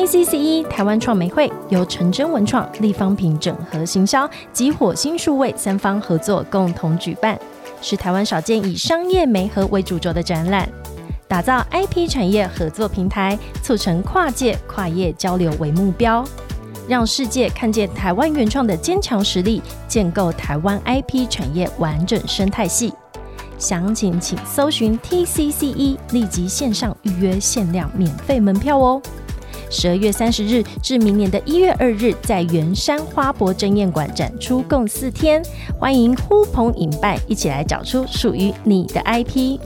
TCCE 台湾创媒会由成真文创、立方品整合行销及火星数位三方合作共同举办，是台湾少见以商业媒合为主轴的展览，打造 IP 产业合作平台，促成跨界跨业交流为目标，让世界看见台湾原创的坚强实力，建构台湾 IP 产业完整生态系。详情请搜寻 TCCE， 立即线上预约限量免费门票哦。12月30日至明年的1月2日，在圆山花博争艳馆展出共4天，欢迎呼朋引伴，一起来找出属于你的 IP。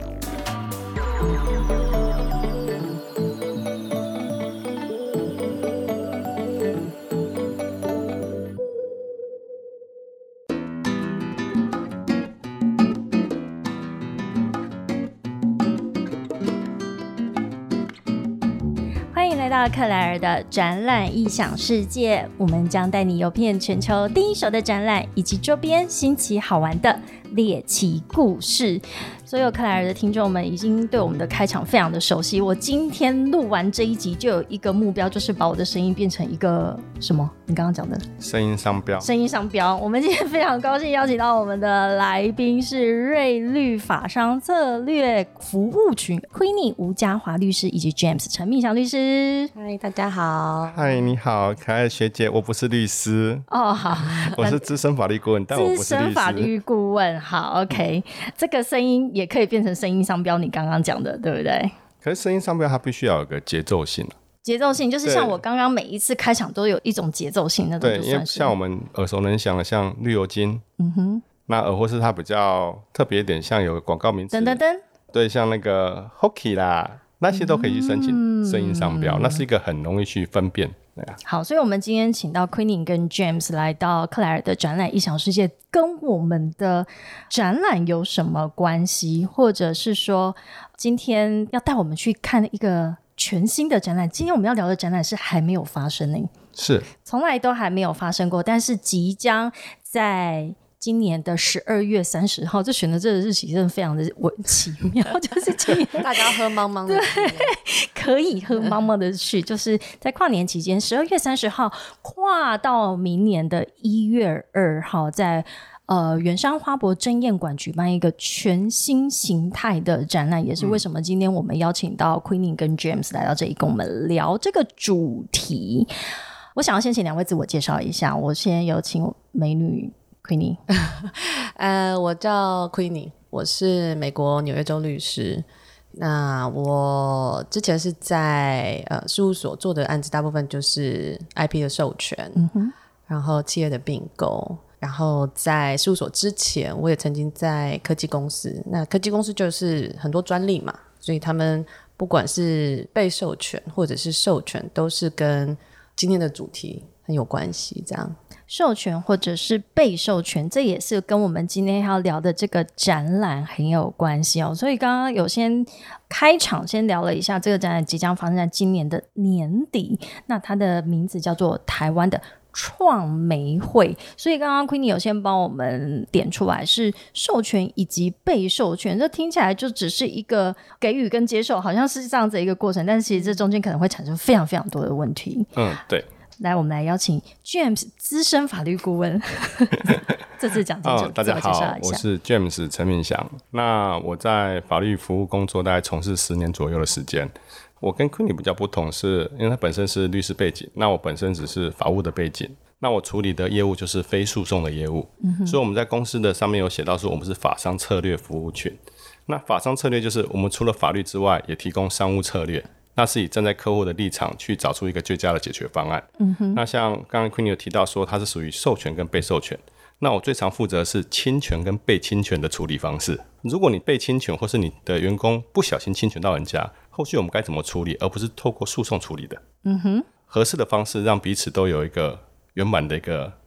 欢迎来到克莱尔的展览异想世界，我们将带你游遍全球第一手的展览以及周边新奇好玩的猎奇故事。所有克莱尔的听众们已经对我们的开场非常的熟悉，我今天录完这一集就有一个目标，就是把我的声音变成一个什么？你刚刚讲的声音商标。声音商标。我们今天非常高兴邀请到我们的来宾是瑞律法商策略服务群 Queenie 吴家华律师以及 James 陈命祥律师。 嗨，大家好。 嗨，你好，可爱学姐。我不是律师哦，好， 我是资深法律顾问，但我不是律师。 资深法律顾问，好 ，OK，这个声音也可以变成声音商标，你刚刚讲的，对不对？ 可是声音商标它必须要有个节奏性节奏性就是像我刚刚每一次开场都有一种节奏性，那种就算是。 对，因为像我们耳熟能详的，像绿油精，那或是它比较特别一点，像有个广告名词，对，像那个 Hockey 啦，那些都可以去申请声音商标，那是一个很容易去分辨。 好，所以我们今天请到 Queenie 跟 James 来到克莱尔的展览异想世界，跟我们的展览有什么关系？或者是说今天要带我们去看一个全新的展览？今天我们要聊的展览是还没有发生的， 是从来都还没有发生过，但是即将在今年的12月30号，这选的这个日期真的非常的奇妙，就是今年大家喝茫茫的去， 对，可以喝茫茫的去，就是在跨年期间12月30号跨到明年的1月2号，在圆山花博争艳馆举办一个全新形态的展览，也是为什么今天我们邀请到 Queenie 跟 James 来到这里跟我们聊这个主题。我想要先请两位自我介绍一下，我先有请美女Queenie。 我叫 Queenie， 我是美国纽约州律师。那我之前是在事务所做的案子，大部分就是 IP 的授权，然后企业的并购。然后在事务所之前，我也曾经在科技公司。那科技公司就是很多专利嘛，所以他们不管是被授权或者是授权，都是跟今天的主题很有关系。这样授权或者是被授权，这也是跟我们今天要聊的这个展览很有关系哦。所以刚刚有先开场先聊了一下，这个展览即将发生在今年的年底，那它的名字叫做台湾的创媒会。所以刚刚 Queenie 有先帮我们点出来是授权以及被授权，这听起来就只是一个给予跟接受，好像是这样子一个过程，但是其实这中间可能会产生非常非常多的问题。 对。 来，我们来邀请 James 资深法律顾问这次讲清楚， 大家好，我是 James 陈命祥。那我在法律服务工作大概从事10年左右的时间。我跟 Queenie 比较不同，是因为他本身是律师背景，那我本身只是法务的背景。那我处理的业务就是非诉讼的业务，所以我们在公司的上面有写到说我们是法商策略服务群。那法商策略就是我们除了法律之外，也提供商务策略，那是以站在客户的立场去找出一个最佳的解决方案。那像刚刚 Queenie 有提到说它是属于授权跟被授权，那我最常负责的是侵权跟被侵权的处理方式。如果你被侵权或是你的员工不小心侵权到人家，后续我们该怎么处理，而不是透过诉讼处理的。合适的方式让彼此都有一个圆满的一个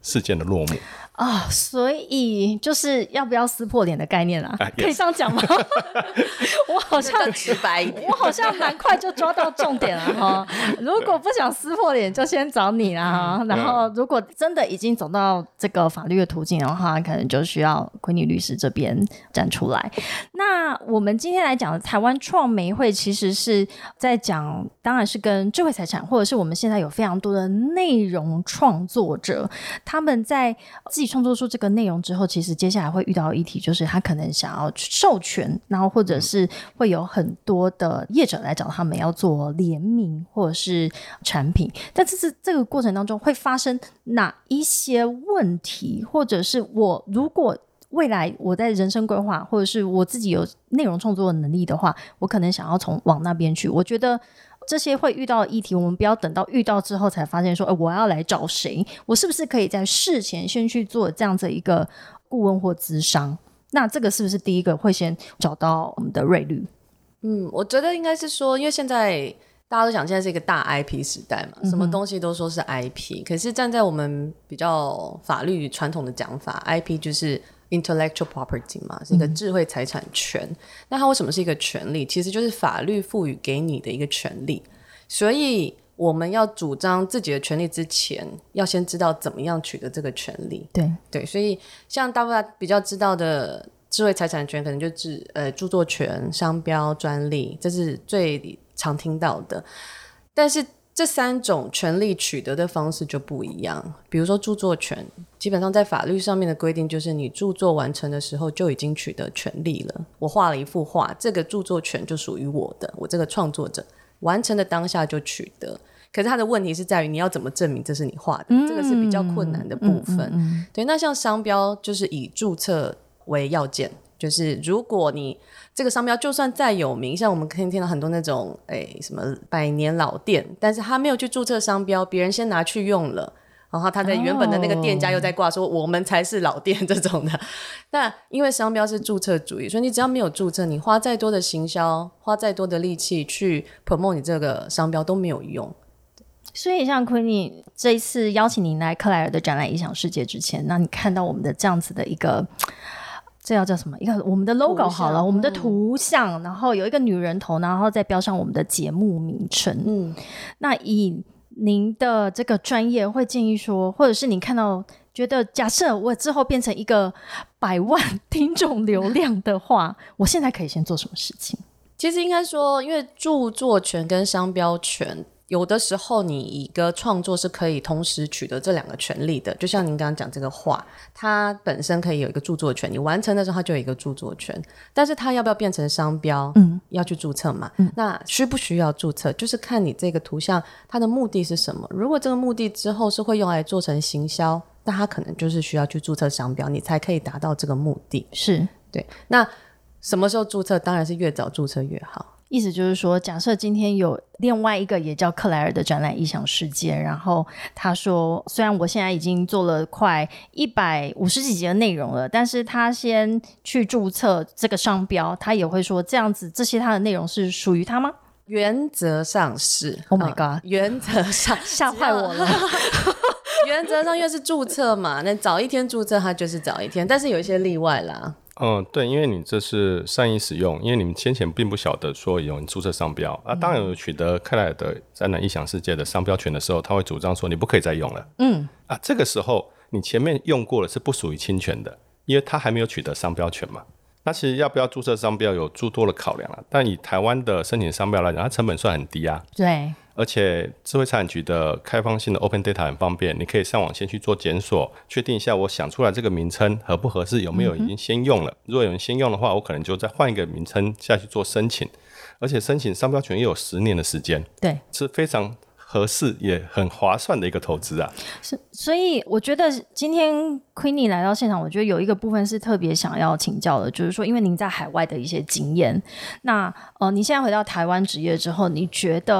事件的落幕。 所以就是要不要撕破脸的概念啦，可以这样讲吗？我好像直白一点， 我好像蛮快就抓到重点了哈。如果不想撕破脸，就先找你啦哈。然后如果真的已经走到这个法律的途径的话，可能就需要奎妮律师这边站出来。那我们今天来讲的台湾创媒会，其实是在讲，当然是跟智慧财产，或者是我们现在有非常多的内容创作者，他们在自己创作出这个内容之后，其实接下来会遇到的议题就是他可能想要授权，然后或者是会有很多的业者来找他们要做联名或者是产品，但这个过程当中会发生哪一些问题，或者是我如果未来我在人生规划，或者是我自己有内容创作的能力的话，我可能想要往那边去。我觉得这些会遇到的议题，我们不要等到遇到之后才发现说，我要来找谁，我是不是可以在事前先去做这样子一个顾问或咨商？那这个是不是第一个会先找到我们的瑞律？ 我觉得应该是说，因为现在大家都讲现在是一个大 IP 时代嘛，什么东西都说是 IP，可是站在我们比较法律传统的讲法， IP 就是intellectual property 嘛，是一个智慧财产权。那它为什么是一个权利？其实就是法律赋予给你的一个权利。所以我们要主张自己的权利之前，要先知道怎么样取得这个权利。对，所以像大家比较知道的智慧财产权，可能就是著作权、商标、专利，这是最常听到的。但是这三种权利取得的方式就不一样。比如说著作权，基本上在法律上面的规定就是你著作完成的时候就已经取得权利了。我画了一幅画，这个著作权就属于我的，我这个创作者完成的当下就取得。可是它的问题是在于你要怎么证明这是你画的，这个是比较困难的部分。对，那像商标就是以注册为要件，就是如果你这个商标就算再有名，像我们可以听到很多那种什么百年老店，但是他没有去注册商标，别人先拿去用了，然后他在原本的那个店家又在挂说我们才是老店这种的。那因为商标是注册主义，所以你只要没有注册，你花再多的行销，花再多的力气去 promote 你这个商标都没有用。 所以像奎妮这一次邀请您来克莱尔的展览影响世界之前，那你看到我们的这样子的一个，这要叫什么？一个我们的 logo 好了，我们的图像，然后有一个女人头，然后再标上我们的节目名称。那以您的这个专业会建议说，或者是你看到觉得假设我之后变成一个100万听众流量的话，我现在可以先做什么事情？ 其实应该说，因为著作权跟商标权有的时候你一个创作是可以同时取得这两个权利的，就像您刚刚讲这个画，它本身可以有一个著作权，你完成的时候它就有一个著作权，但是它要不要变成商标，要去注册嘛，那需不需要注册就是看你这个图像它的目的是什么。如果这个目的之后是会用来做成行销，那它可能就是需要去注册商标，你才可以达到这个目的。 是， 对。那什么时候注册？当然是越早注册越好。 意思就是说，假设今天有另外一个也叫克莱尔的展览异想世界，然后他说虽然我现在已经做了快150几集的内容了，但是他先去注册这个商标，他也会说这样子这些他的内容是属于他吗？ 原则上是。 Oh my god， 原则上吓坏我了原则上因为是注册嘛，那早一天注册它就是早一天，但是有一些例外啦。 对，因为你这是善意使用，因为你们先前并不晓得说有人注册商标啊。当然有取得克莱尔的展览异想世界的商标权的时候，他会主张说你不可以再用了。这个时候你前面用过了是不属于侵权的，因为他还没有取得商标权嘛。那其实要不要注册商标有诸多的考量但以台湾的申请商标来讲，它成本算很低啊。 对。 而且智慧财产局的开放性的 open data 很方便，你可以上网先去做检索，确定一下我想出来这个名称合不合适，有没有已经先用了。如果有人先用的话，我可能就再换一个名称下去做申请，而且申请商标权也有10年的时间， 对， 是非常合适也很划算的一个投资啊。 所以我觉得今天 Queenie 来到现场，我觉得有一个部分是特别想要请教的，就是说因为您在海外的一些经验，那你现在回到台湾职业之后，你觉得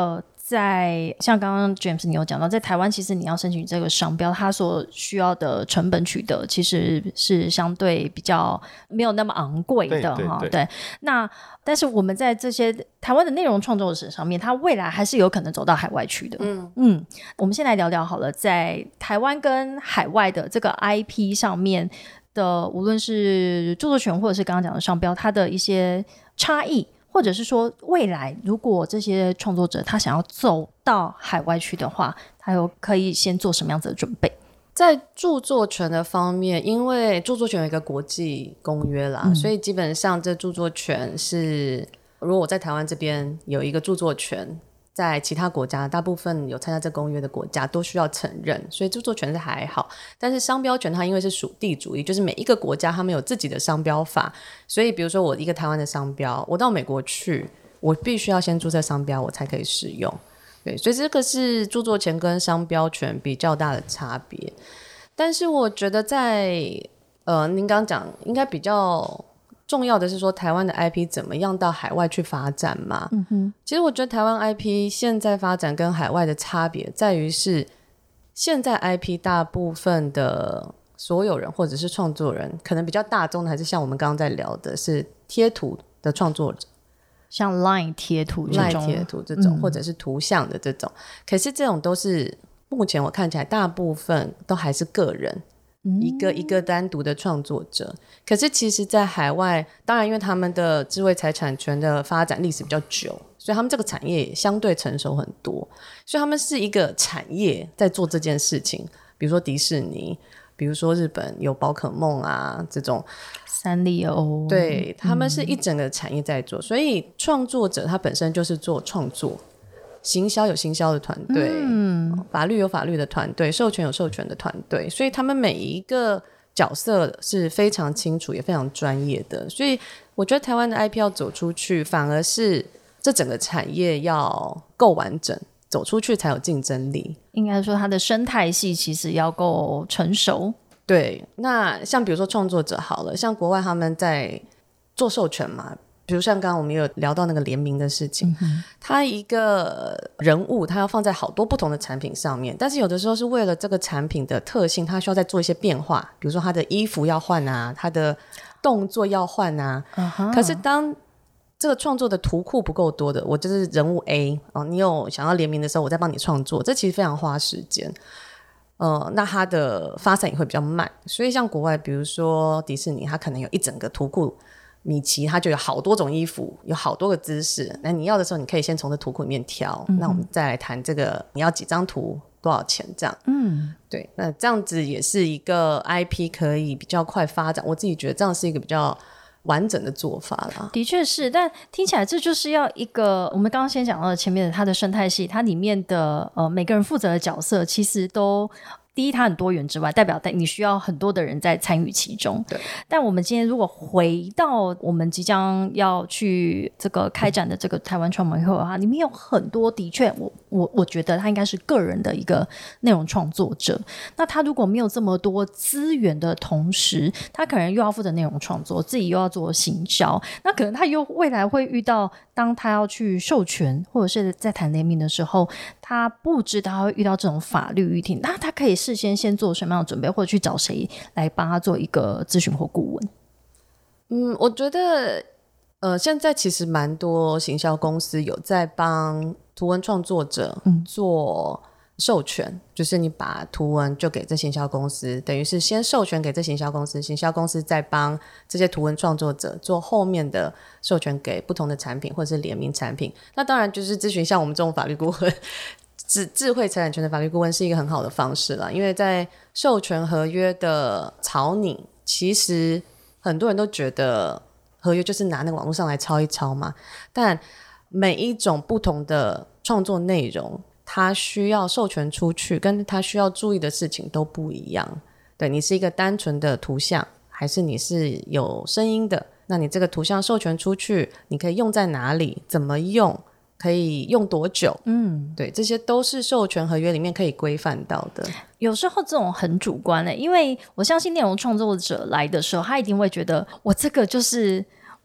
在像刚刚 James 你有讲到，在台湾其实你要申请这个商标，它所需要的成本取得其实是相对比较没有那么昂贵的哈。对，那但是我们在这些台湾的内容创作者上面，它未来还是有可能走到海外去的。我们先来聊聊好了，在台湾跟海外的这个 IP 上面的，无论是著作权或者是刚刚讲的商标，它的一些差异。或者是说未来如果这些创作者他想要走到海外去的话，他可以先做什么样子的准备？ 在著作权的方面，因为著作权有一个国际公约啦，所以基本上这著作权是，如果我在台湾这边有一个著作权，在其他国家大部分有参加这公约的国家都需要承认，所以著作权是还好。但是商标权它因为是属地主义，就是每一个国家他们有自己的商标法，所以比如说我一个台湾的商标，我到美国去，我必须要先注册商标我才可以使用。对，所以这个是著作权跟商标权比较大的差别。但是我觉得在您刚刚讲应该比较重要的是说台湾的 IP 怎么样到海外去发展嘛。其实我觉得台湾 IP 现在发展跟海外的差别在于是，现在 IP 大部分的所有人或者是创作人，可能比较大众的还是像我们刚刚在聊的是贴图的创作者， 像 Line 贴图这种或者是图像的这种，可是这种都是目前我看起来大部分都还是个人一个一个单独的创作者。可是其实在海外，当然因为他们的智慧财产权的发展历史比较久，所以他们这个产业也相对成熟很多，所以他们是一个产业在做这件事情。比如说迪士尼，比如说日本有宝可梦啊，这种三丽鸥， 对，他们是一整个产业在做，所以创作者他本身就是做创作，行销有行销的团队，法律有法律的团队，授权有授权的团队，所以他们每一个角色是非常清楚也非常专业的。所以我觉得台湾的 IP 要走出去，反而是这整个产业要够完整，走出去才有竞争力。 应该说它的生态系其实要够成熟。 对，那像比如说创作者好了，像国外他们在做授权嘛，比如像刚刚我们有聊到那个联名的事情，他一个人物他要放在好多不同的产品上面，但是有的时候是为了这个产品的特性，他需要再做一些变化，比如说他的衣服要换啊，他的动作要换啊。可是当这个创作的图库不够多的，我就是人物 A 你有想要联名的时候我再帮你创作，这其实非常花时间。那它的发展也会比较慢，所以像国外比如说迪士尼，它可能有一整个图库，米奇它就有好多种衣服，有好多个姿势，那你要的时候你可以先从这图库里面挑，那我们再来谈这个你要几张图多少钱这样。对，那这样子也是一个 IP 可以比较快发展，我自己觉得这样是一个比较完整的做法啦。 的确是，但听起来这就是要一个我们刚刚先讲到的前面的它的生态系，它里面的每个人负责的角色其实都第一它很多元之外，代表你需要很多的人在参与其中。 对， 但我们今天如果回到我们即将要去这个开展的这个台湾创盟会的话，里面有很多的确我觉得他应该是个人的一个内容创作者，那他如果没有这么多资源的同时，他可能又要负责内容创作，自己又要做行销，那可能他又未来会遇到当他要去授权或者是在谈联名的时候，他不知道他会遇到这种法律议题，那他可以事先做什么样的准备，或者去找谁来帮他做一个咨询或顾问？ 我觉得现在其实蛮多行销公司有在帮图文创作者做授权，就是你把图文就给这行销公司，等于是先授权给这行销公司，行销公司再帮这些图文创作者做后面的授权给不同的产品或者是联名产品。那当然就是咨询像我们这种法律顾问智慧财产权的法律顾问是一个很好的方式啦，因为在授权合约的草拟，其实很多人都觉得合约就是拿那个网络上来抄一抄嘛，但每一种不同的创作内容，它需要授权出去跟它需要注意的事情都不一样。对，你是一个单纯的图像还是你是有声音的，那你这个图像授权出去你可以用在哪里，怎么用，可以用多久，对，这些都是授权合约里面可以规范到的。 有时候这种很主观因为我相信内容创作者来的时候，他一定会觉得我这个就是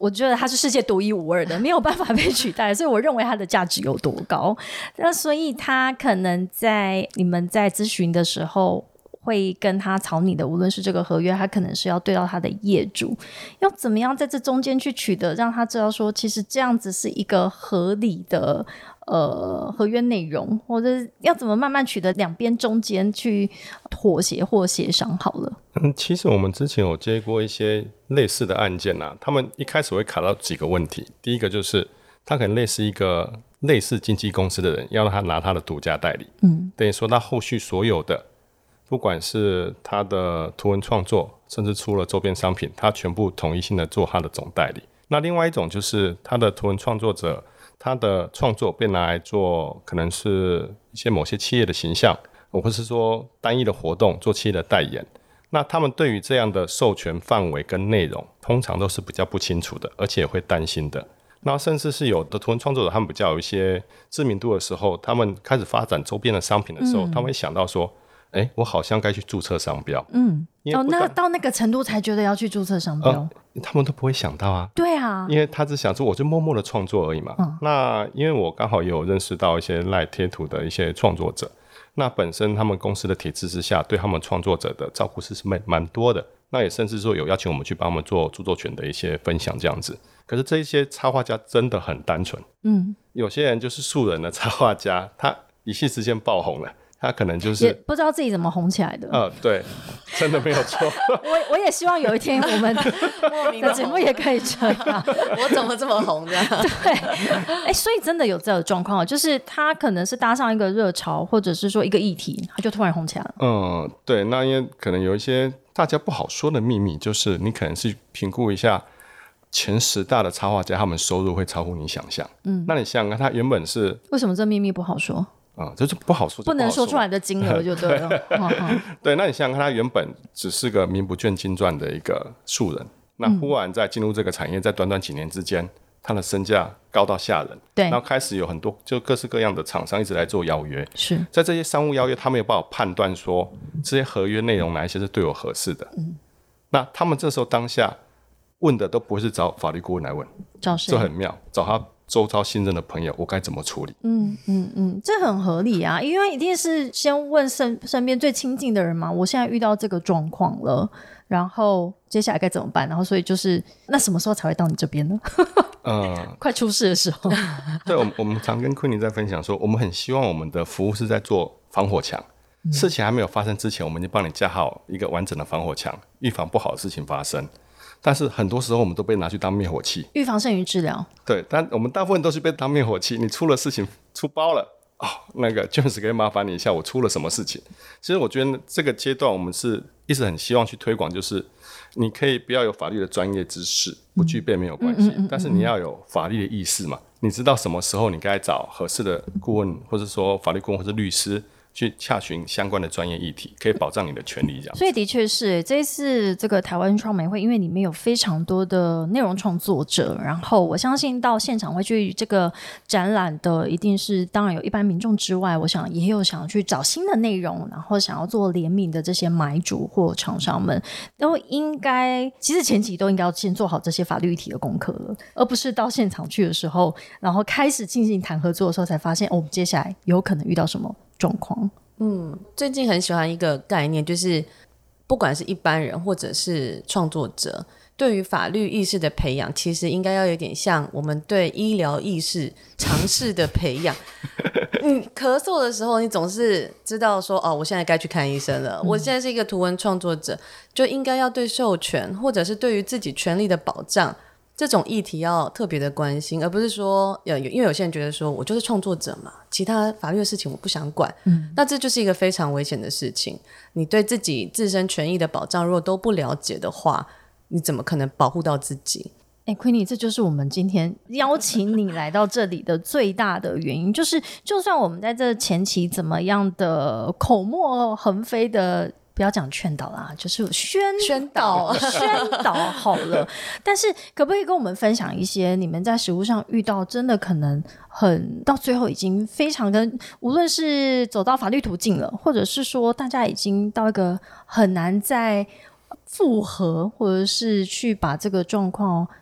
我觉得它是世界独一无二的，没有办法被取代，所以我认为它的价值有多高。那所以他可能在你们在咨询的时候会跟他草拟的，无论是这个合约，他可能是要对到他的业主，要怎么样在这中间去取得，让他知道说其实这样子是一个合理的合约内容，或者要怎么慢慢取得两边中间去妥协或协商好了。 其实我们之前有接过一些类似的案件啊，他们一开始会卡到几个问题。第一个就是他可能类似一个类似经纪公司的人，要让他拿他的独家代理，等于说他后续所有的不管是他的图文创作，甚至出了周边商品，他全部统一性的做他的总代理。那另外一种就是他的图文创作者，他的创作被拿来做可能是一些某些企业的形象，或是说单一的活动做企业的代言。那他们对于这样的授权范围跟内容通常都是比较不清楚的，而且也会担心的。那甚至是有的图文创作者他们比较有一些知名度的时候，他们开始发展周边的商品的时候，他们会想到说我好像该去注册商标。 那到那个程度才觉得要去注册商标， 他们都不会想到啊。 对啊， 因为他只想说我就默默的创作而已嘛。那因为我刚好也有认识到一些赖贴图的一些创作者，那本身他们公司的体制之下对他们创作者的照顾是蛮多的，那也甚至说有邀请我们去帮他们做著作权的一些分享这样子。可是这一些插画家真的很单纯，有些人就是素人的插画家，他一夕之间爆红了，他可能就是也不知道自己怎么红起来的。对， 真的没有错。 我也希望有一天我们的节目也可以这样。 我怎么这么红这样？ 对，所以真的有这个状况，就是他可能是搭上一个热潮，或者是说一个议题，他就突然红起来了。 对，那因为可能有一些大家不好说的秘密，就是你可能是评估一下前10大的插画家，他们收入会超乎你想象。那你想想看，他原本是为什么这秘密不好说？ 就是不好说， 不能说出来的金额就对了。 对，那你想想看，他原本只是个名不见经传的一个素人，那忽然在进入这个产业，在短短几年之间，他的身价高到吓人。 对， 然后开始有很多就各式各样的厂商一直来做邀约。 是在这些商务邀约，他们有办法判断说这些合约内容哪一些是对我合适的。那他们这时候当下问的都不会是找法律顾问来问， 找谁？ 这很妙，找他周遭信任的朋友，我该怎么处理？ 这很合理啊，因为一定是先问身边最亲近的人嘛。我现在遇到这个状况了，然后接下来该怎么办？然后所以就是那什么时候才会到你这边呢？快出事的时候。 对，我们常跟昆妮在分享说，我们很希望我们的服务是在做防火墙。事情还没有发生之前，我们已经帮你架好一个完整的防火墙，预防不好的事情发生。但是很多时候我们都被拿去当灭火器， 预防胜于治疗。 对，但我们大部分都是被当灭火器。你出了事情，出包了那个 James 可以麻烦你一下，我出了什么事情？其实我觉得这个阶段我们是一直很希望去推广，就是你可以不要有法律的专业知识，不具备没有关系，但是你要有法律的意识嘛，你知道什么时候你该找合适的顾问，或者说法律顾问或者律师去洽询相关的专业议题，可以保障你的权利这样。 所以的确是这一次这个台湾创媒会，因为里面有非常多的内容创作者，然后我相信到现场会去这个展览的一定是当然有一般民众之外，我想也有想要去找新的内容，然后想要做联名的这些买主或厂商们，都应该其实前期都应该要先做好这些法律议题的功课了，而不是到现场去的时候，然后开始进行谈合作的时候才发现我们接下来有可能遇到什么状况。 最近很喜欢一个概念，就是不管是一般人或者是创作者，对于法律意识的培养，其实应该要有点像我们对医疗意识尝试的培养。你咳嗽的时候，你总是知道说，我现在该去看医生了。我现在是一个图文创作者，就应该要对授权或者是对于自己权利的保障这种议题要特别的关心，而不是说因为有些人觉得说我就是创作者嘛，其他法律的事情我不想管，那这就是一个非常危险的事情。你对自己自身权益的保障如果都不了解的话，你怎么可能保护到自己 ？Queenie， 这就是我们今天邀请你来到这里的最大的原因，就是就算我们在这前期怎么样的口沫横飞的，不要讲劝导啦，就是宣导好了。但是可不可以跟我们分享一些你们在实务上遇到真的可能很到最后已经非常跟无论是走到法律途径了，或者是说大家已经到一个很难再复合，或者是去把这个状况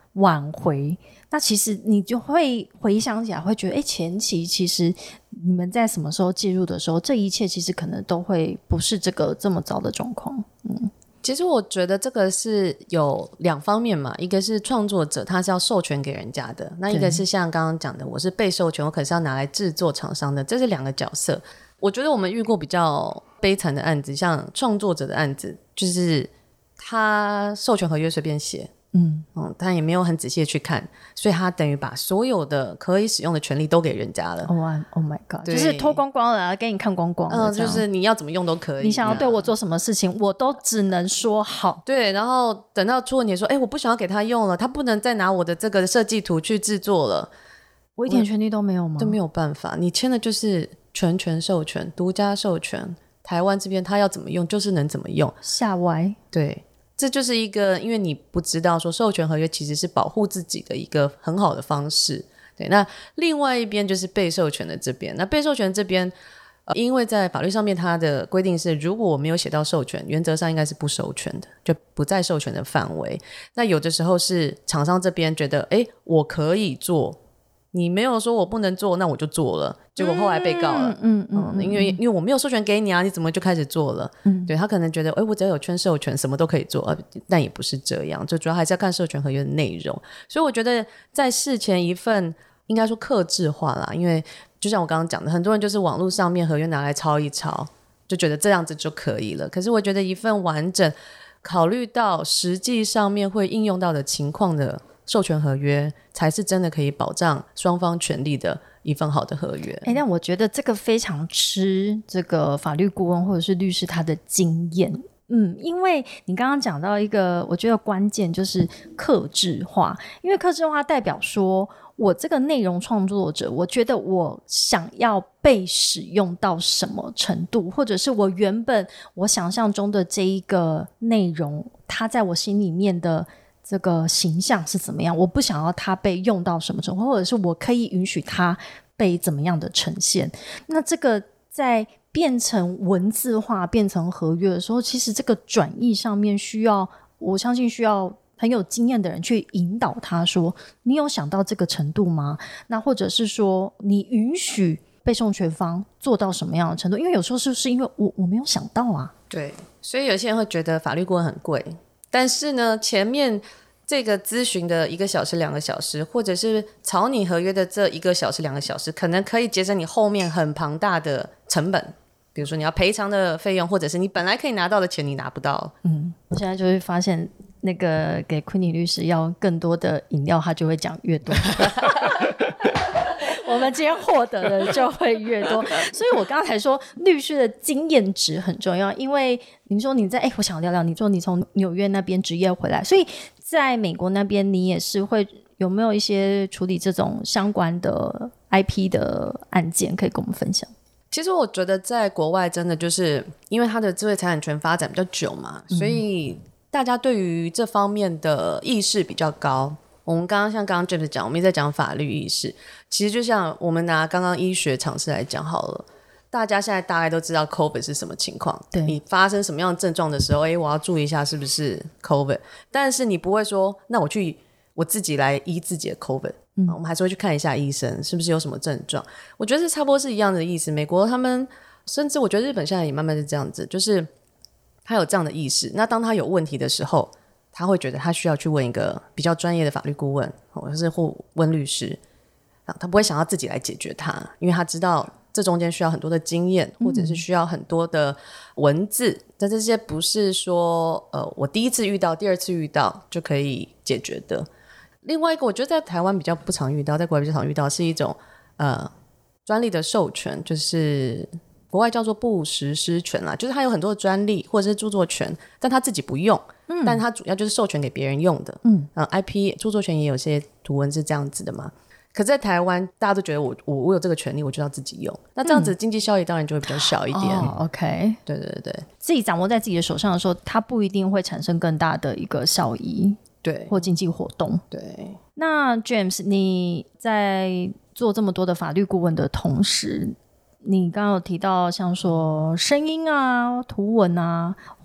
挽回，那其实你就会回想起来会觉得前期其实你们在什么时候介入的时候，这一切其实可能都会不是这么糟的状况。 其实我觉得这个是有两方面嘛，一个是创作者他是要授权给人家的，那一个是像刚刚讲的我是被授权，我可是要拿来制作厂商的，这是两个角色。我觉得我们遇过比较悲惨的案子，像创作者的案子，就是他授权合约随便写，他也没有很仔细的去看，所以他等于把所有的可以使用的权利都给人家了。 Oh my god， 就是脱光光了，给你看光光了， 就是你要怎么用都可以， 你想要对我做什么事情我都只能说好。 对，然后等到出问题说我不想要给他用了，他不能再拿我的这个设计图去制作了， 我一点权利都没有吗？ 都没有办法，你签的就是全权授权，独家授权，台湾这边他要怎么用就是能怎么用， 下歪。 对，这就是一个因为你不知道说授权合约其实是保护自己的一个很好的方式。对，那另外一边就是被授权的这边，那被授权这边因为在法律上面它的规定是如果我没有写到授权，原则上应该是不授权的，就不在授权的范围。那有的时候是厂商这边觉得我可以做，你没有说我不能做，那我就做了，结果后来被告了。因为我没有授权给你啊，你怎么就开始做了？对，他可能觉得我只要有圈授权什么都可以做，但也不是这样，就主要还是要看授权合约的内容。所以我觉得在事前一份应该说客制化啦，因为就像我刚刚讲的，很多人就是网络上面合约拿来抄一抄，就觉得这样子就可以了。可是我觉得一份完整考虑到实际上面会应用到的情况的授权合约，才是真的可以保障双方权利的一份好的合约。 但我觉得这个非常吃这个法律顾问或者是律师他的经验。因为你刚刚讲到一个我觉得关键就是客制化，因为客制化代表说我这个内容创作者，我觉得我想要被使用到什么程度，或者是我原本我想象中的这一个内容它在我心里面的这个形象是怎么样，我不想要它被用到什么程度，或者是我可以允许它被怎么样的呈现。那这个在变成文字化变成合约的时候，其实这个转译上面我相信需要很有经验的人去引导他说你有想到这个程度吗？那或者是说你允许被授权方做到什么样的程度，因为有时候是因为我没有想到啊。 对，所以有些人会觉得法律顾问很贵，但是呢前面这个咨询的1个小时2个小时，或者是草拟合约的这1个小时2个小时，可能可以节省你后面很庞大的成本，比如说你要赔偿的费用，或者是你本来可以拿到的钱你拿不到。 我现在就会发现那个给昆妮律师要更多的饮料，他就会讲越多我们今天获得的就会越多。所以我刚才说律师的经验值很重要，因为你说你在我想聊聊，你说你从纽约那边职业回来，所以在美国那边你也是会有没有一些处理这种相关的 IP 的案件可以跟我们分享？ 其实我觉得在国外真的就是因为它的智慧财产权发展比较久嘛，所以大家对于这方面的意识比较高。我们像刚刚 James 讲，我们一直在讲法律意识，其实就像我们拿刚刚医学常识来讲好了，大家现在大概都知道 COVID 是什么情况， 对， 你发生什么样的症状的时候我要注意一下是不是 COVID， 但是你不会说那我自己来医自己的 COVID，我们还是会去看一下医生是不是有什么症状。我觉得是差不多是一样的意思。美国他们甚至我觉得日本现在也慢慢是这样子，就是他有这样的意识，那当他有问题的时候，他会觉得他需要去问一个比较专业的法律顾问，或者是问律师，他不会想要自己来解决它，因为他知道这中间需要很多的经验，或者是需要很多的文字，但这些不是说我第一次遇到第二次遇到就可以解决的。另外一个我觉得在台湾比较不常遇到，在国外比较常遇到是一种专利的授权，就是国外叫做不实施权啦，就是他有很多的专利或者是著作权，但他自己不用，但他主要就是授权给别人用的。IP 著作权也有些图文是这样子的嘛。可是在台湾大家都觉得我有这个权利，我就要自己用，那这样子经济效益当然就会比较小一点。 OK， 对对对， 自己掌握在自己的手上的时候，它不一定会产生更大的一个效益， 对， 或经济活动。 对。 那 James 你在做这么多的法律顾问的同时，你刚刚有提到像说声音啊、图文啊，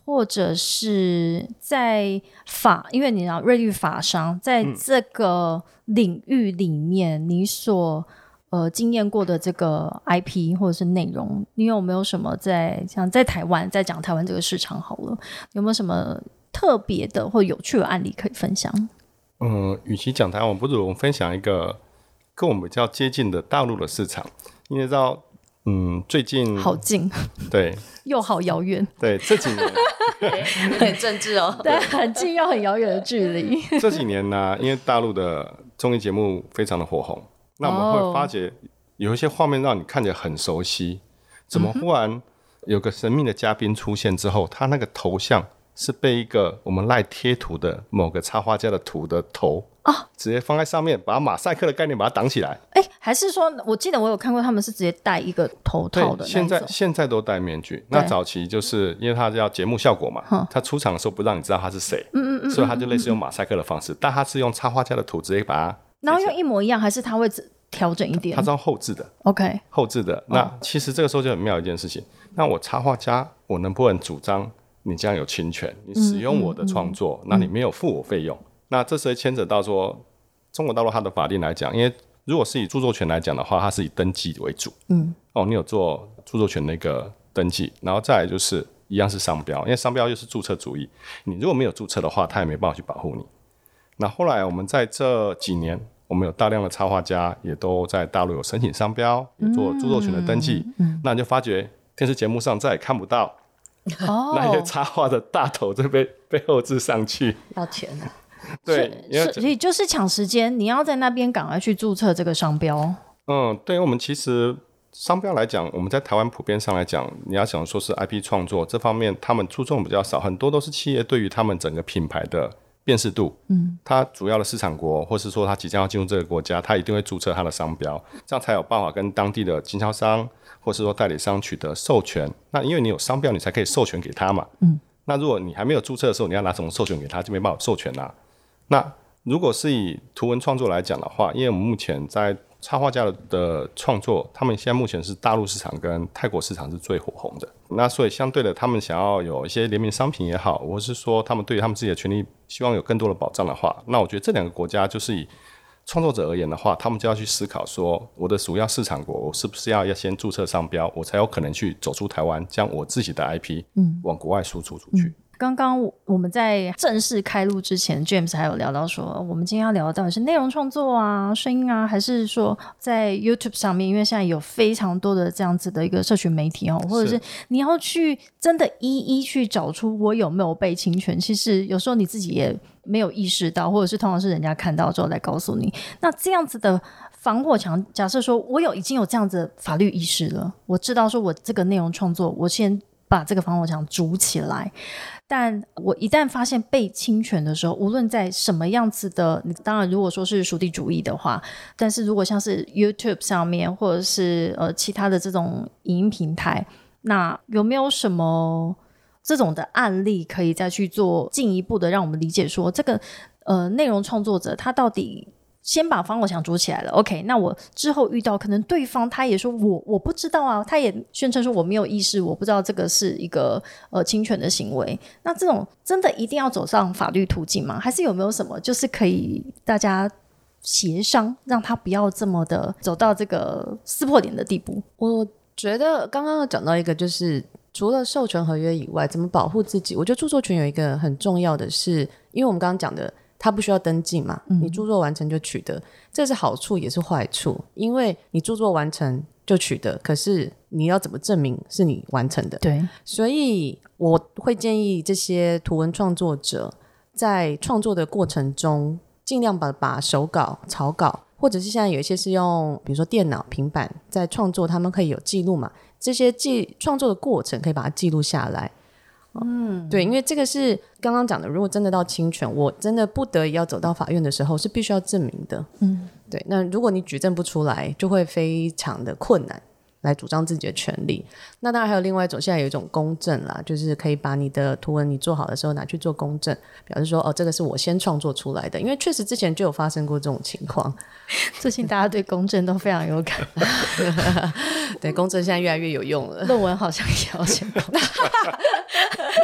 或者是在因为你知道瑞律法商在这个领域里面，你所经验过的这个 IP 或者是内容，你有没有什么像在台湾，在讲台湾这个市场好了，有没有什么特别的或有趣的案例可以分享？ 与其讲台湾，不如我们分享一个跟我们比较接近的大陆的市场，因为知道最近好近， 对， 又好遥远， 对，这几年有点政治哦。 对，很近又很遥远的距离。 这几年呢，因为大陆的综艺节目非常的火红，那我们会发觉有一些画面让你看起来很熟悉，怎么忽然有个神秘的嘉宾出现之后，他那个头像是被一个我们赖贴图的某个插画家的图的头直接放在上面，把马赛克的概念把它挡起来。 还是说我记得我有看过他们是直接戴一个头套的那种。 现在都戴面具。那早期就是因为他要节目效果嘛，他出场的时候不让你知道他是谁，所以他就类似用马赛克的方式，但他是用插画家的图直接把它， 然后用一模一样，还是他会调整一点？ 他是用后置的。 OK， 后置的。那其实这个时候就很妙一件事情，那我插画家我能不能主张你这样有侵权，你使用我的创作，那你没有付我费用，那这时候牵扯到说中国大陆它的法令来讲，因为如果是以著作权来讲的话，它是以登记为主，你有做著作权的一个登记，然后再来就是一样是商标，因为商标又是注册主义，你如果没有注册的话，它也没办法去保护你。那后来我们在这几年，我们有大量的插画家也都在大陆有申请商标，也做著作权的登记，那你就发觉电视节目上再也看不到那些插画的大头就被后置上去， 要钱啊。 对， 所以就是抢时间，你要在那边赶快去注册这个商标。 对，我们其实商标来讲，我们在台湾普遍上来讲，你要想说是 IP 创作这方面，他们注重比较少，很多都是企业对于他们整个品牌的辨识度，它主要的市场国，或是说它即将要进入这个国家，它一定会注册它的商标，这样才有办法跟当地的经销商或是说代理商取得授权。那因为你有商标，你才可以授权给他嘛。那如果你还没有注册的时候，你要拿什么授权给他，就没办法授权啦。那如果是以图文创作来讲的话，因为我们目前在插画家的创作，他们现在目前是大陆市场跟泰国市场是最火红的，那所以相对的他们想要有一些联名商品也好，或是说他们对于他们自己的权利希望有更多的保障的话，那我觉得这两个国家就是以创作者而言的话，他们就要去思考说，我的主要市场国我是不是要先注册商标，我才有可能去走出台湾，将我自己的 IP 往国外输出出去。 刚刚我们在正式开录之前 James 还有聊到说，我们今天要聊的到底是内容创作啊、声音啊，还是说在 YouTube 上面，因为现在有非常多的这样子的一个社群媒体或者是你要去真的一一去找出我有没有被侵权，其实有时候你自己也没有意识到，或者是通常是人家看到之后来告诉你。那这样子的防火墙，假设说我已经有这样子的法律意识了，我知道说我这个内容创作，我先把这个防火墙筑起来，但我一旦发现被侵权的时候，无论在什么样子的，当然如果说是属地主义的话，但是如果像是 YouTube 上面或者是其他的这种影音平台，那有没有什么这种的案例可以再去做进一步的让我们理解说，这个内容创作者他到底先把防火墙筑起来了 OK， 那我之后遇到可能对方他也说我不知道啊，他也宣称说我没有意识，我不知道这个是一个侵权的行为，那这种真的一定要走上法律途径吗？还是有没有什么就是可以大家协商让他不要这么的走到这个撕破脸的地步？ 我觉得刚刚讲到一个就是除了授权合约以外，怎么保护自己，我觉得著作权有一个很重要的是，因为我们刚刚讲的它不需要登记嘛，你著作完成就取得，这是好处也是坏处，因为你著作完成就取得，可是你要怎么证明是你完成的？ 对， 所以我会建议这些图文创作者在创作的过程中尽量把手稿、草稿，或者是现在有一些是用比如说电脑、平板在创作，他们可以有记录嘛，这些创作的过程可以把它记录下来。对，因为这个是刚刚讲的，如果真的到侵权，我真的不得已要走到法院的时候是必须要证明的。对，那如果你举证不出来，就会非常的困难来主张自己的权利。那当然还有另外一种，现在有一种公证啦，就是可以把你的图文你做好的时候拿去做公证，表示说这个是我先创作出来的，因为确实之前就有发生过这种情况。 最近大家对公证都非常有感对，公证现在越来越有用了， 论文好像也要先公证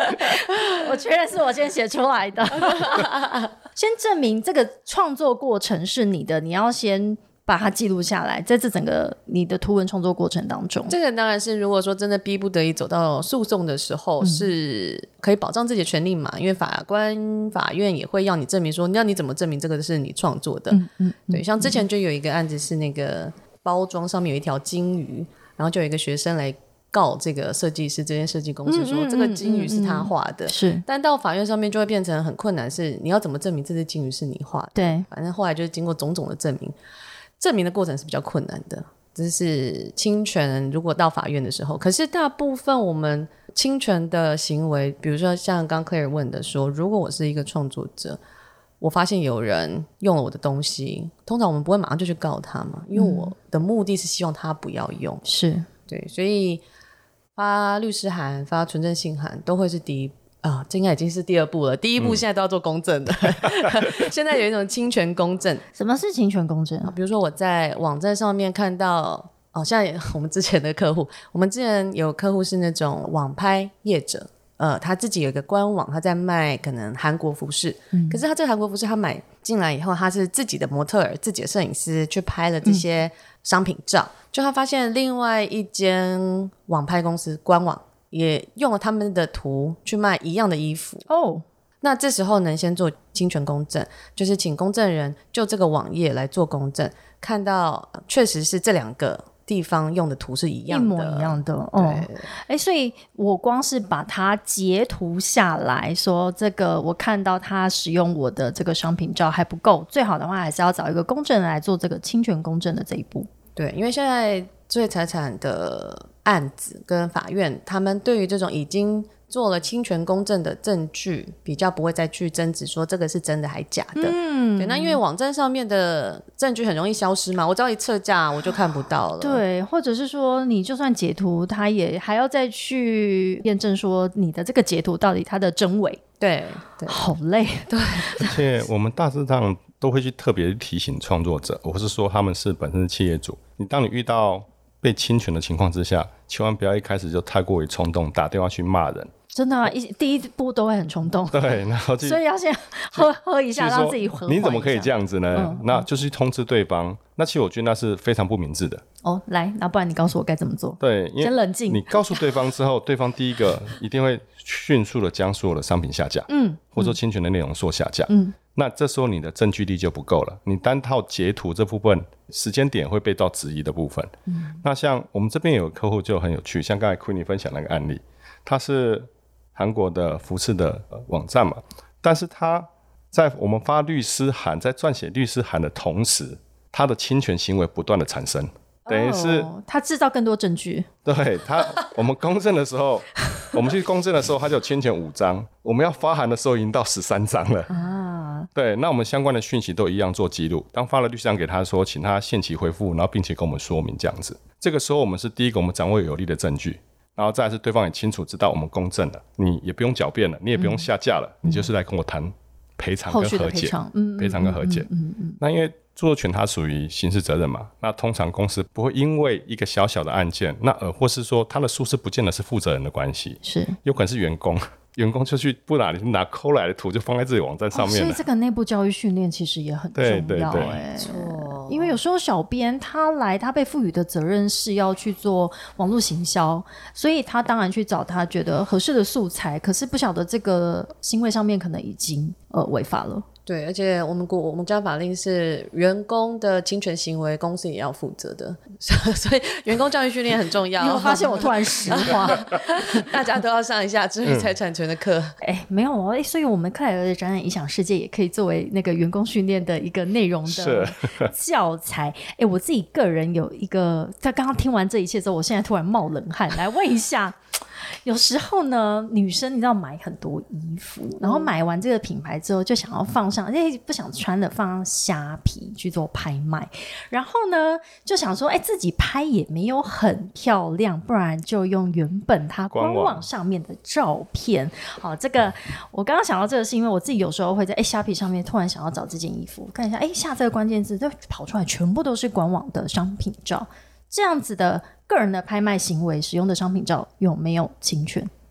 我确认是我先写出来的。先证明这个创作过程是你的，你要先把它记录下来，在这整个你的图文创作过程当中。 这个当然是如果说真的逼不得已走到诉讼的时候，是可以保障自己的权利嘛，因为法官法院也会要你证明说，那你怎么证明这个是你创作的。对，像之前就有一个案子是那个包装上面有一条金鱼，然后就有一个学生来告这个设计师，这间设计公司说这个金鱼是他画的， 是， 但到法院上面就会变成很困难，是你要怎么证明这只金鱼是你画的？ 对， 反正后来就是经过种种的证明的过程是比较困难的，这是侵权如果到法院的时候。可是大部分我们侵权的行为，比如说像刚 Claire 问的说，如果我是一个创作者，我发现有人用了我的东西，通常我们不会马上就去告他嘛，因为我的目的是希望他不要用。 是， 对，所以发律师函、发存证信函都会是第一这应该已经是第二步了。第一步现在都要做公证的。现在有一种侵权公证。 什么是侵权公证？ 比如说我在网站上面看到像我们之前的客户，我们之前有客户是那种网拍业者，他自己有一个官网，他在卖可能韩国服饰，可是他这个韩国服饰他买进来以后，他是自己的模特儿、自己的摄影师去拍了这些商品照，就他发现另外一间网拍公司官网也用了他们的图去卖一样的衣服那这时候能先做侵权公证，就是请公证人就这个网页来做公证，看到确实是这两个地方用的图是一样的， 一模一样的。所以我光是把它截图下来说这个我看到他使用我的这个商品照还不够，最好的话还是要找一个公证人来做这个侵权公证的这一步。 对，因为现在智慧财产的案子跟法院他们对于这种已经做了侵权公证的证据比较不会再去争执说这个是真的还假的。对，那因为网站上面的证据很容易消失嘛，我只要一撤价我就看不到了。 对，或者是说你就算截图他也还要再去验证说你的这个截图到底它的真伪。 对， 好累。对， 而且我们大致上都会去特别提醒创作者，或是说他们是本身是企业主，当你遇到被侵权的情况之下，千万不要一开始就太过于冲动，打电话去骂人。 真的第一步都会很冲动。 对，然后所以要先喝一下，让自己和缓一下。 你怎么可以这样子呢？那就是去通知对方。那其实我觉得那是非常不明智的。 来，那不然你告诉我该怎么做？ 对， 先冷静。 你告诉对方之后，对方第一个一定会迅速的将所有的商品下架，或者说侵权的内容做下架。那这时候你的证据力就不够了，你单套截图这部分时间点会被到质疑的部分。那像我们这边有个客户就很有趣，像刚才 Queenie 分享那个案例，他是韩国的服饰的网站嘛，但是他在我们发律师函，在撰写律师函的同时，他的侵权行为不断的产生，等于是他制造更多证据。 对他，我们公证的时候，我们去公证的时候，他就有侵权5张，我们要发函的时候已经到13张了对，那我们相关的讯息都一样做记录。当发了律师函给他说，请他限期回复，然后并且跟我们说明这样子。这个时候我们是第一个，我们掌握有力的证据。然后再来是对方也清楚知道我们公证了，你也不用狡辩了，你也不用下架了，你就是来跟我谈赔偿跟和解，赔偿跟和解。那因为著作权它属于刑事责任嘛，那通常公司不会因为一个小小的案件，那或是说他的疏失不见得是负责人的关系， 是有可能是员工就去不拿抠来的图就放在自己网站上面了。 所以这个内部教育训练其实也很重要。对，因为有时候小编他被赋予的责任是要去做网络行销，所以他当然去找他觉得合适的素材，可是不晓得这个行为上面可能已经违法了。 对，而且我们家法令是员工的侵权行为公司也要负责的，所以员工教育训练很重要。 你有发现我突然实话大家都要上一下智慧财产权的课。 没有所以我们克莱尔的展览影响世界也可以作为那个员工训练的一个内容的教材。我自己个人有一个，在刚刚听完这一切之后，我现在突然冒冷汗，来问一下有时候呢，女生你知道买很多衣服，然后买完这个品牌之后就想要放上，不想穿的放上虾皮去做拍卖，然后呢就想说自己拍也没有很漂亮，不然就用原本它官网上面的照片。好，这个我刚刚想到这个是因为我自己有时候会在虾皮上面突然想要找这件衣服，看一下下这个关键字就跑出来全部都是官网的商品照，这样子的个人的拍卖行为使用的商品照有没有侵权？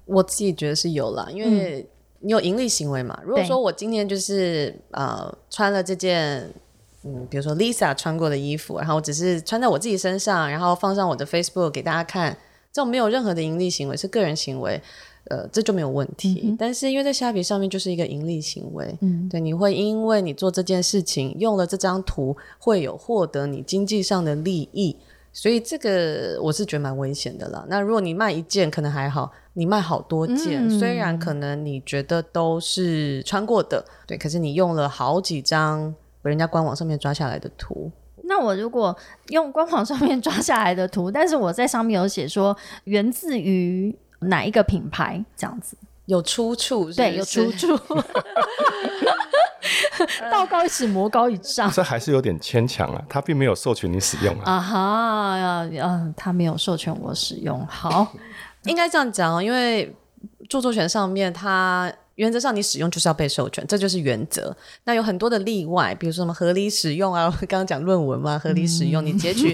我自己觉得是有啦，因为你有盈利行为嘛。如果说我今天就是穿了这件比如说 Lisa 穿过的衣服，然后我只是穿在我自己身上，然后放上我的 Facebook 给大家看，这种没有任何的盈利行为，是个人行为，这就没有问题。但是因为在虾皮上面就是一个盈利行为，对，你会因为你做这件事情用了这张图，会有获得你经济上的利益，所以这个我是觉得蛮危险的啦。那如果你卖一件可能还好，你卖好多件，虽然可能你觉得都是穿过的，对，可是你用了好几张人家官网上面抓下来的图。 那我如果用官网上面抓下来的图，但是我在上面有写说源自于哪一个品牌，这样子有出处是不是？ 对，有出处道高一尺魔高一丈， 这还是有点牵强啊，他并没有授权你使用啊。 他没有授权我使用。好， 应该这样讲，因为著作权上面它原则上你使用就是要被授权，这就是原则。那有很多的例外，比如说什么合理使用啊，刚刚讲论文嘛，合理使用，你截取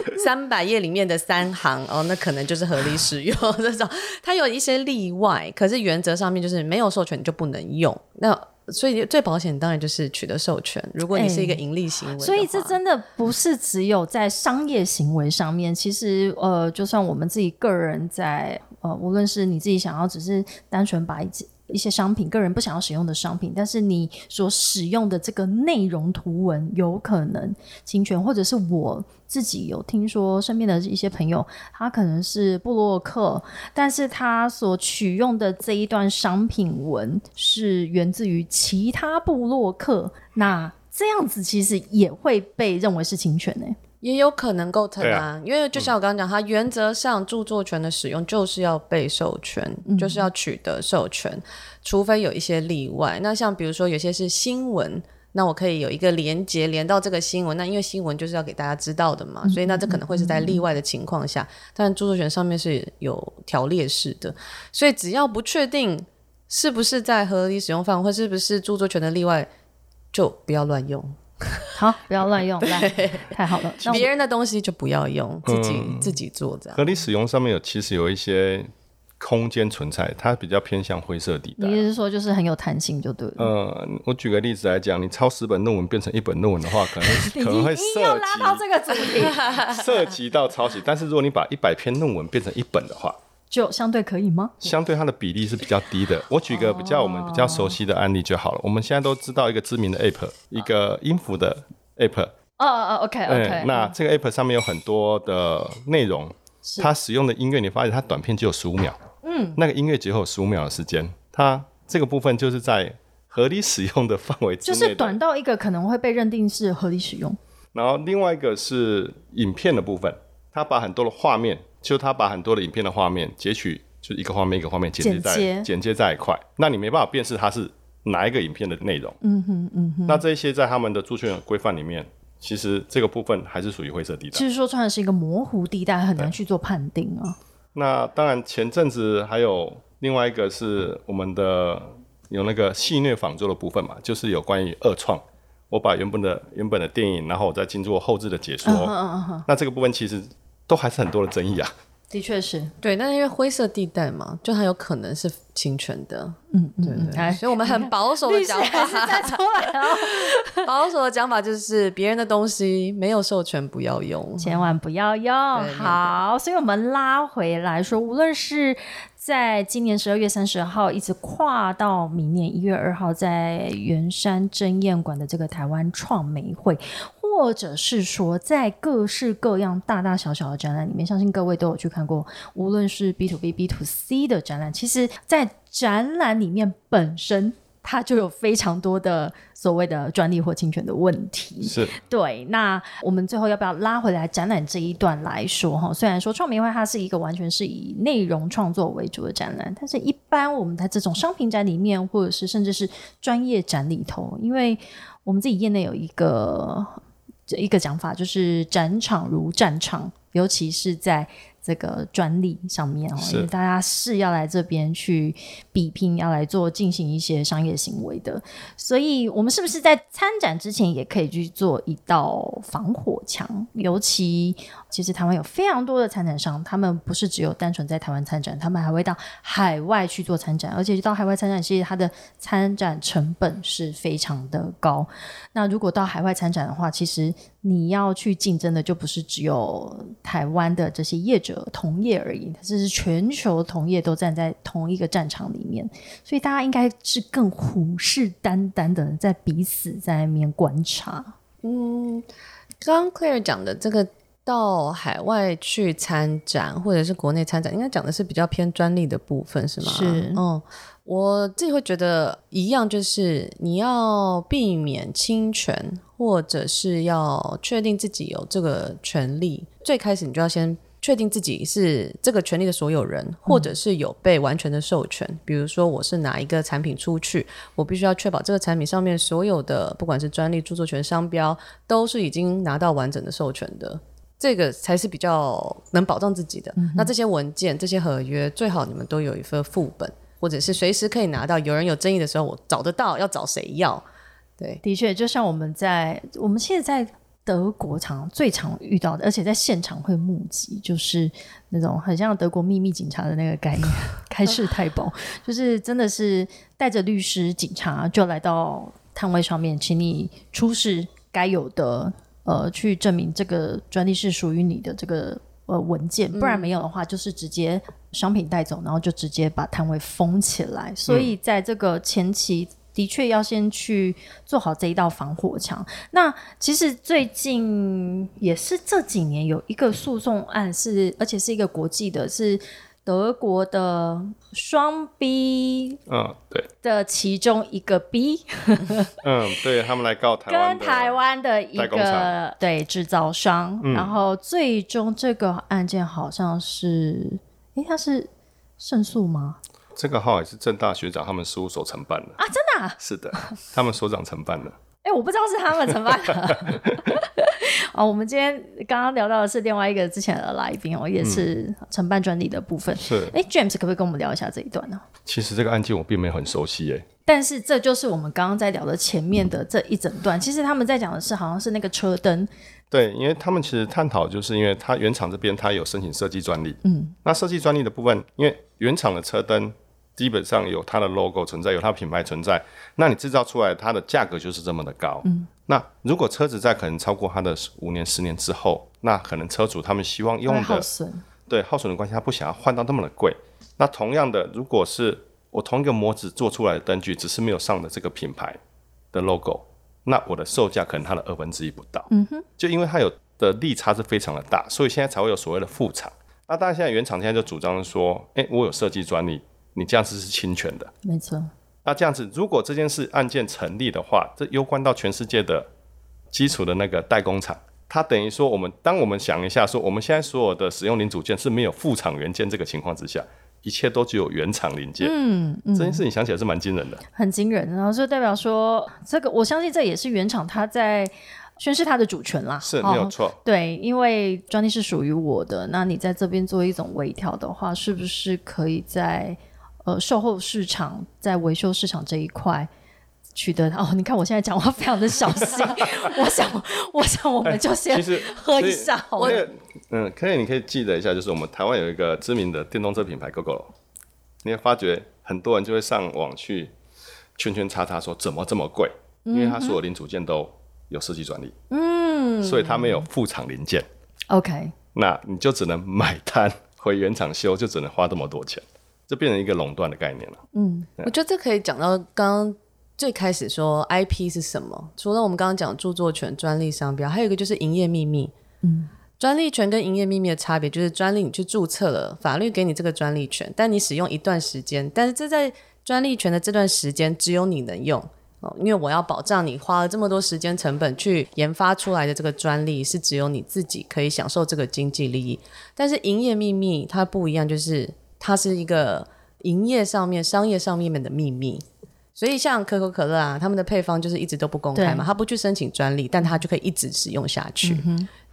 300页里面的3行那可能就是合理使用这种，它有一些例外，可是原则上面就是没有授权你就不能用。那所以最保险当然就是取得授权，如果你是一个盈利行为的话。 所以这真的不是只有在商业行为上面，其实就算我们自己个人在无论是你自己想要只是单纯把一些商品，个人不想要使用的商品，但是你所使用的这个内容图文有可能侵权，或者是我自己有听说身边的一些朋友，他可能是部落客，但是他所取用的这一段商品文是源自于其他部落客，那这样子其实也会被认为是侵权欸。 也有可能构成啊，因为就像我刚刚讲，它原则上著作权的使用就是要被授权，就是要取得授权，除非有一些例外。那像比如说有些是新闻，那我可以有一个连结连到这个新闻，那因为新闻就是要给大家知道的嘛，所以那这可能会是在例外的情况下，但著作权上面是有条列式的，所以只要不确定是不是在合理使用范围或是不是著作权的例外，就不要乱用。 好，不要乱用，太好了。 别人的东西就不要用，自己做这样。 合理使用上面其实有一些空间存在，它比较偏向灰色地带。 你是说就是很有弹性就对了。 我举个例子来讲，你抄10本论文变成1本论文的话，可能会涉及要拉到这个主题， 涉及到抄袭。但是如果你把100篇论文变成1本的话， 就相对可以吗？ 相对它的比例是比较低的。我举个我们比较熟悉的案例就好了。我们现在都知道一个知名的 App， 一个音符的 App。 OK。 那这个 App 上面有很多的内容，它使用的音乐，你发现它短片只有15秒。那个音乐只有15秒的时间，它这个部分就是在合理使用的范围之内的， 就是短到一个可能会被认定是合理使用。 然后另外一个是影片的部分，它把很多的画面。就他把很多的影片的画面截取，就是一个画面一个画面剪接在一块，那你没办法辨识它是哪一个影片的内容。那这些在他们的著作权规范里面，其实这个部分还是属于灰色地带。 其实说穿的是一个模糊地带，很难去做判定啊。 那当然，前阵子还有另外一个是我们的有那个戏谑仿作的部分嘛，就是有关于二创。我把原本的电影，然后我再经过后置的解说。那这个部分其实都还是很多的争议啊。 的确是对，但是因为灰色地带嘛，就它有可能是侵权的。对，所以我们很保守的讲法，保守的讲法就是别人的东西没有授权不要用， 千万不要用。好，所以我们拉回来说，无论是在今年12月30号一直跨到明年1月2号在圆山珍宴馆的这个台湾创媒会，或者是说在各式各样大大小小的展览里面，相信各位都有去看过，无论是 B2B、B2C 的展览，其实在展览里面本身它就有非常多的所谓的专利或侵权的问题。 是， 对。那我们最后要不要拉回来展览这一段来说，虽然说创媒会它是一个完全是以内容创作为主的展览，但是一般我们在这种商品展里面，或者是甚至是专业展里头，因为我们自己业内有一个讲法，就是展场如战场， 尤其是在这个专利上面因为大家是要来这边去比拼，要来进行一些商业行为的，所以我们是不是在参展之前也可以去做一道防火墙？尤其其实台湾有非常多的参展商，他们不是只有单纯在台湾参展，他们还会到海外去做参展，而且到海外参展其实它的参展成本是非常的高。那如果到海外参展的话，其实你要去竞争的就不是只有台湾的这些业者同业而已，这是全球同业都站在同一个战场里面，所以大家应该是更虎视眈眈的在彼此在那边观察。 刚刚 Claire 讲的这个到海外去参展或者是国内参展，应该讲的是比较偏专利的部分是吗？ 是我自己会觉得一样，就是你要避免侵权，或者是要确定自己有这个权利，最开始你就要先确定自己是这个权利的所有人，或者是有被完全的授权。比如说我是拿一个产品出去，我必须要确保这个产品上面所有的不管是专利、著作权、商标都是已经拿到完整的授权的，这个才是比较能保障自己的。那这些文件、这些合约最好你们都有一份副本，或者是随时可以拿到，有人有争议的时候我找得到要找谁要。对， 的确就像我们现在在德国最常遇到的，而且在现场会目击，就是那种很像德国秘密警察的那个概念开市太保，就是真的是带着律师警察就来到摊位上面，请你出示该有的去证明这个专利是属于你的这个文件，不然没有的话就是直接商品带走，然后就直接把摊位封起来。所以在这个前期的确要先去做好这一道防火墙。那其实最近也是这几年有一个诉讼案而且是一个国际的，是德国的双 B 对的其中一个 B 对，他们来告台湾跟台湾的一个对制造商，然后最终这个案件好像是他是胜诉吗？ 这个号也是政大学长他们事务所承办的啊，真的啊？ 是的，他们所长承办的。 我不知道是他们承办的我们今天刚刚聊到的是另外一个之前的来宾也是承办专利的部分。 是 James 可不可以跟我们聊一下这一段呢？ 其实这个案件我并没有很熟悉但是这就是我们刚刚在聊的前面的这一整段，其实他们在讲的是好像是那个车灯。 对，因为他们其实探讨就是因为他原厂这边他有申请设计专利，那设计专利的部分，因为原厂的车灯基本上有它的 logo 存在，有它的品牌存在，那你制造出来它的价格就是这么的高。那如果车子在可能超过它的5年10年之后，那可能车主他们希望用的耗损， 对耗损的关系，他不想要换到那么的贵。那同样的，如果是我同一个模子做出来的灯具，只是没有上的这个品牌的 logo， 那我的售价可能它的1/2不到。就因为它有的利差是非常的大，所以现在才会有所谓的副厂。那当然现在原厂现在就主张说我有设计专利，你这样子是侵权的。 没错。 那这样子如果这件事案件成立的话，这攸关到全世界的基础的那个代工厂，它等于说当我们想一下说我们现在所有的使用零组件是没有副厂元件这个情况之下，一切都只有原厂零件。这件事情想起来是蛮惊人的， 很惊人。然后就代表说这个我相信这也是原厂他在宣示他的主权啦， 是没有错。 对，因为专利是属于我的，那你在这边做一种微调的话，是不是可以在售后市场在维修市场这一块取得你看我现在讲话非常的小心我想我们就先喝一下好了。 可以你可以记得一下，就是我们台湾有一个知名的电动车品牌 Gogoro， 你会发觉很多人就会上网去圈圈叉叉说怎么这么贵，因为它所有零组件都有设计专利，所以它没有副厂零件。 OK， 那你就只能买单回原厂修，就只能花这么多钱，这变成一个垄断的概念了。 我觉得这可以讲到刚刚最开始说 IP 是什么，除了我们刚刚讲著作权、专利、商标，还有一个就是营业秘密。专利权跟营业秘密的差别就是专利你去注册了，法律给你这个专利权，但你使用一段时间，但是这在专利权的这段时间只有你能用。因为我要保障你花了这么多时间成本去研发出来的这个专利是只有你自己可以享受这个经济利益。但是营业秘密它不一样，就是它是一个营业上面商业上面的秘密。所以像可口可乐他们的配方就是一直都不公开嘛，他不去申请专利，但他就可以一直使用下去。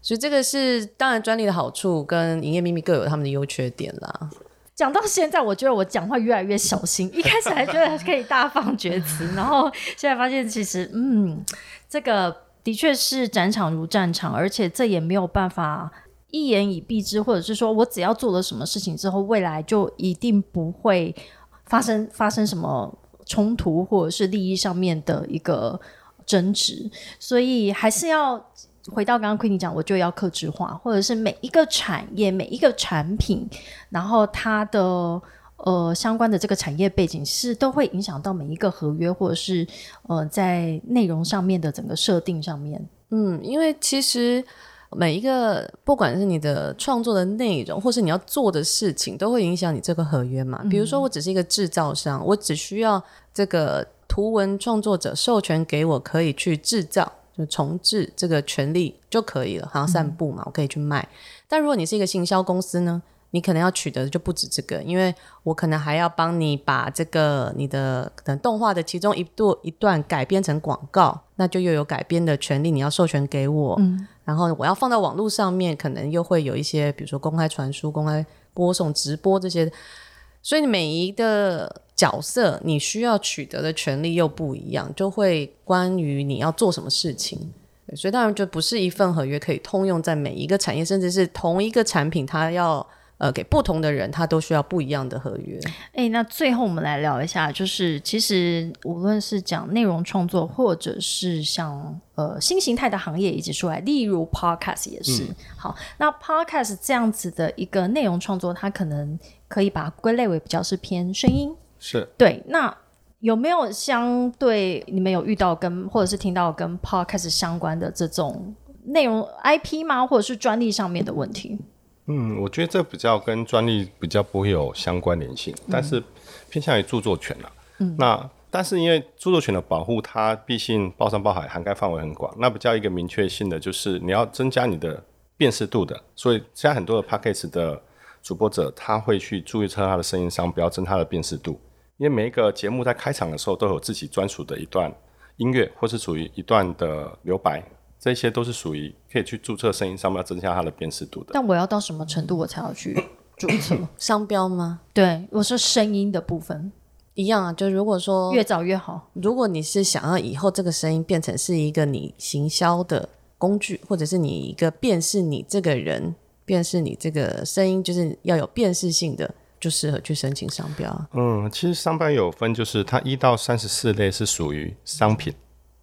所以这个是当然专利的好处跟营业秘密各有他们的优缺点啦。 讲到现在，我觉得我讲话越来越小心。一开始还觉得可以大放厥词，然后现在发现其实，这个的确是战场如战场，而且这也没有办法一言以蔽之，或者是说我只要做了什么事情之后，未来就一定不会发生什么冲突，或者是利益上面的一个争执，所以还是要。回到刚刚 Queenie 讲，我就要客制化，或者是每一个产业、每一个产品，然后它的相关的这个产业背景是都会影响到每一个合约，或者是在内容上面的整个设定上面。 因为其实每一个不管是你的创作的内容，或是你要做的事情，都会影响你这个合约嘛。比如说我只是一个制造商，我只需要这个图文创作者授权给我，可以去制造。就重制这个权利就可以了，好像散步嘛，我可以去卖。但如果你是一个行销公司呢，你可能要取得的就不止这个，因为我可能还要帮你把这个你的可能动画的其中一段改编成广告，那就又有改编的权利，你要授权给我。然后我要放到网络上面，可能又会有一些比如说公开传输、公开播送、直播这些，所以每一个角色你需要取得的权利又不一样，就会关于你要做什么事情。所以当然就不是一份合约可以通用在每一个产业，甚至是同一个产品它要给不同的人，它都需要不一样的合约。 那最后我们来聊一下，就是其实无论是讲内容创作，或者是像新形态的行业一直出来，例如 Podcast 也是。好，那 Podcast 这样子的一个内容创作，它可能可以把它归类为比较是偏声音。 是， 对。那有没有相对你们有遇到或者是听到跟 Podcast 相关的这种内容 IP 吗？或者是专利上面的问题？ 我觉得这比较跟专利比较不会有相关联性，但是偏向于著作权啦。那但是因为著作权的保护，它毕竟包山包海，涵盖范围很广。那比较一个明确性的就是你要增加你的辨识度的，所以现在很多的 Podcast 的主播者，他会去注意他的声音商标，增他的辨识度。因为每一个节目在开场的时候都有自己专属的一段音乐，或是属于一段的留白，这些都是属于可以去注册声音商标，增加它的辨识度的。 但我要到什么程度我才要去注册商标吗？ 对，我说声音的部分一样啊，就如果说越早越好。 如果你是想要以后这个声音变成是一个你行销的工具，或者是你一个辨识你这个人，辨识你这个声音，就是要有辨识性的，就适合去申请商标。 其实商标有分，就是它1到34类是属于商品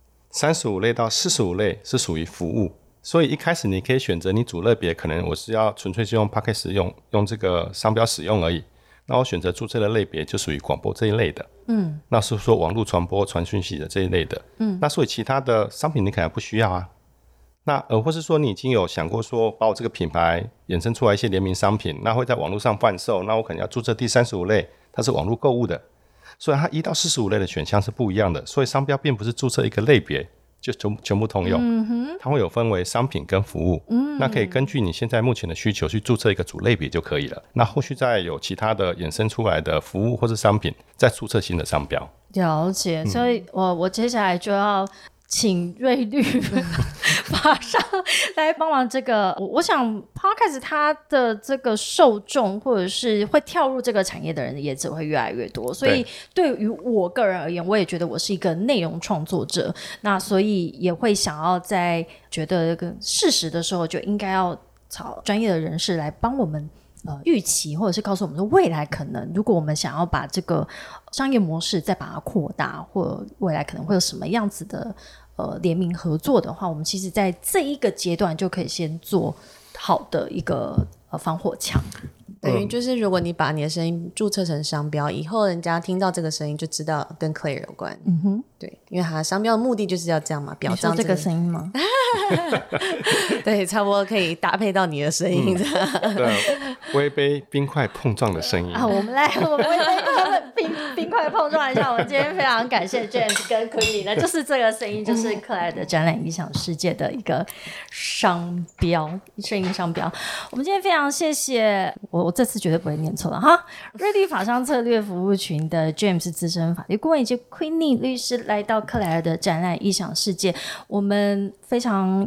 ，35类到45类是属于服务。所以一开始你可以选择你主类别，可能我是要纯粹是用 Podcast 用这个商标使用而已。那我选择注册的类别就属于广播这一类的，那是说网络传播传讯息的这一类的，那所以其他的商品你可能不需要啊。那或是说你已经有想过说把我这个品牌衍生出来一些联名商品，那会在网络上贩售，那我可能要注册第35类，它是网络购物的，所以它1到45类的选项是不一样的。所以商标并不是注册一个类别就全部通用，它会有分为商品跟服务，那可以根据你现在目前的需求去注册一个主类别就可以了。那后续再有其他的衍生出来的服务或是商品，再注册新的商标。 了解，所以我接下来就要请瑞律马上来帮忙这个。我想 Podcast 它的这个受众或者是会跳入这个产业的人也只会越来越多，所以对于我个人而言，我也觉得我是一个内容创作者，那所以也会想要在觉得这个事实的时候就应该要找专业的人士来帮我们预期，或者是告诉我们说未来可能如果我们想要把这个商业模式再把它扩大，或未来可能会有什么样子的联名合作的话，我们其实在这一个阶段就可以先做好的一个防火墙。 等于就是如果你把你的声音注册成商标，以后人家听到这个声音就知道跟 Claire 有关。对，因为它商标的目的就是要这样嘛，表彰这个声音吗？ 对，差不多可以搭配到你的声音。 对，微杯冰块碰撞的声音啊，我们微杯冰块碰撞一下。我们今天非常感谢 James 跟 Queenie 的，就是这个声音，就是克莱的展览影响世界的一个商标，声音商标。我们今天非常谢谢我这次绝对不会念错了哈，瑞律法商策略服务群的 James 资深法律顾问以及 Queenie 律师来到克莱尔的展览异想世界。我们非常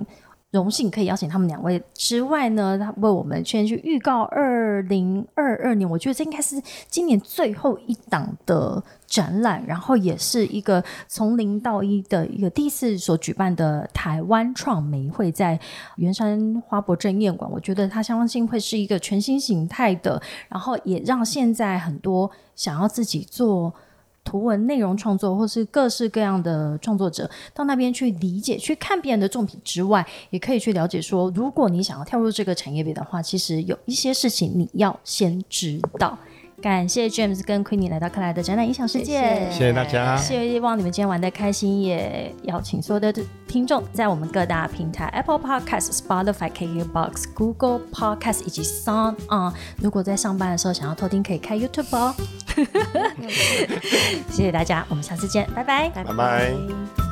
荣幸可以邀请他们2位之外呢，他为我们先去预告2022年，我觉得这应该是今年最后一档的展览，然后也是一个从0到1的一个第一次所举办的台湾创媒会，在圆山花博正宴馆，我觉得它相信会是一个全新形态的，然后也让现在很多想要自己做图文内容创作或是各式各样的创作者到那边去理解去看别人的作品之外，也可以去了解说，如果你想要跳入这个产业别的话，其实有一些事情你要先知道。感谢 James 跟 Queenie 来到克莱的展览影响世界， 谢谢大家， 希望你们今天玩得开心，也邀请所有的听众在我们各大平台 Apple Podcast、Spotify、KKBox、Google Podcast 以及 Sound On， 如果在上班的时候想要偷听可以开 YouTube 哦。谢谢大家，我们下次见，拜拜， 拜拜。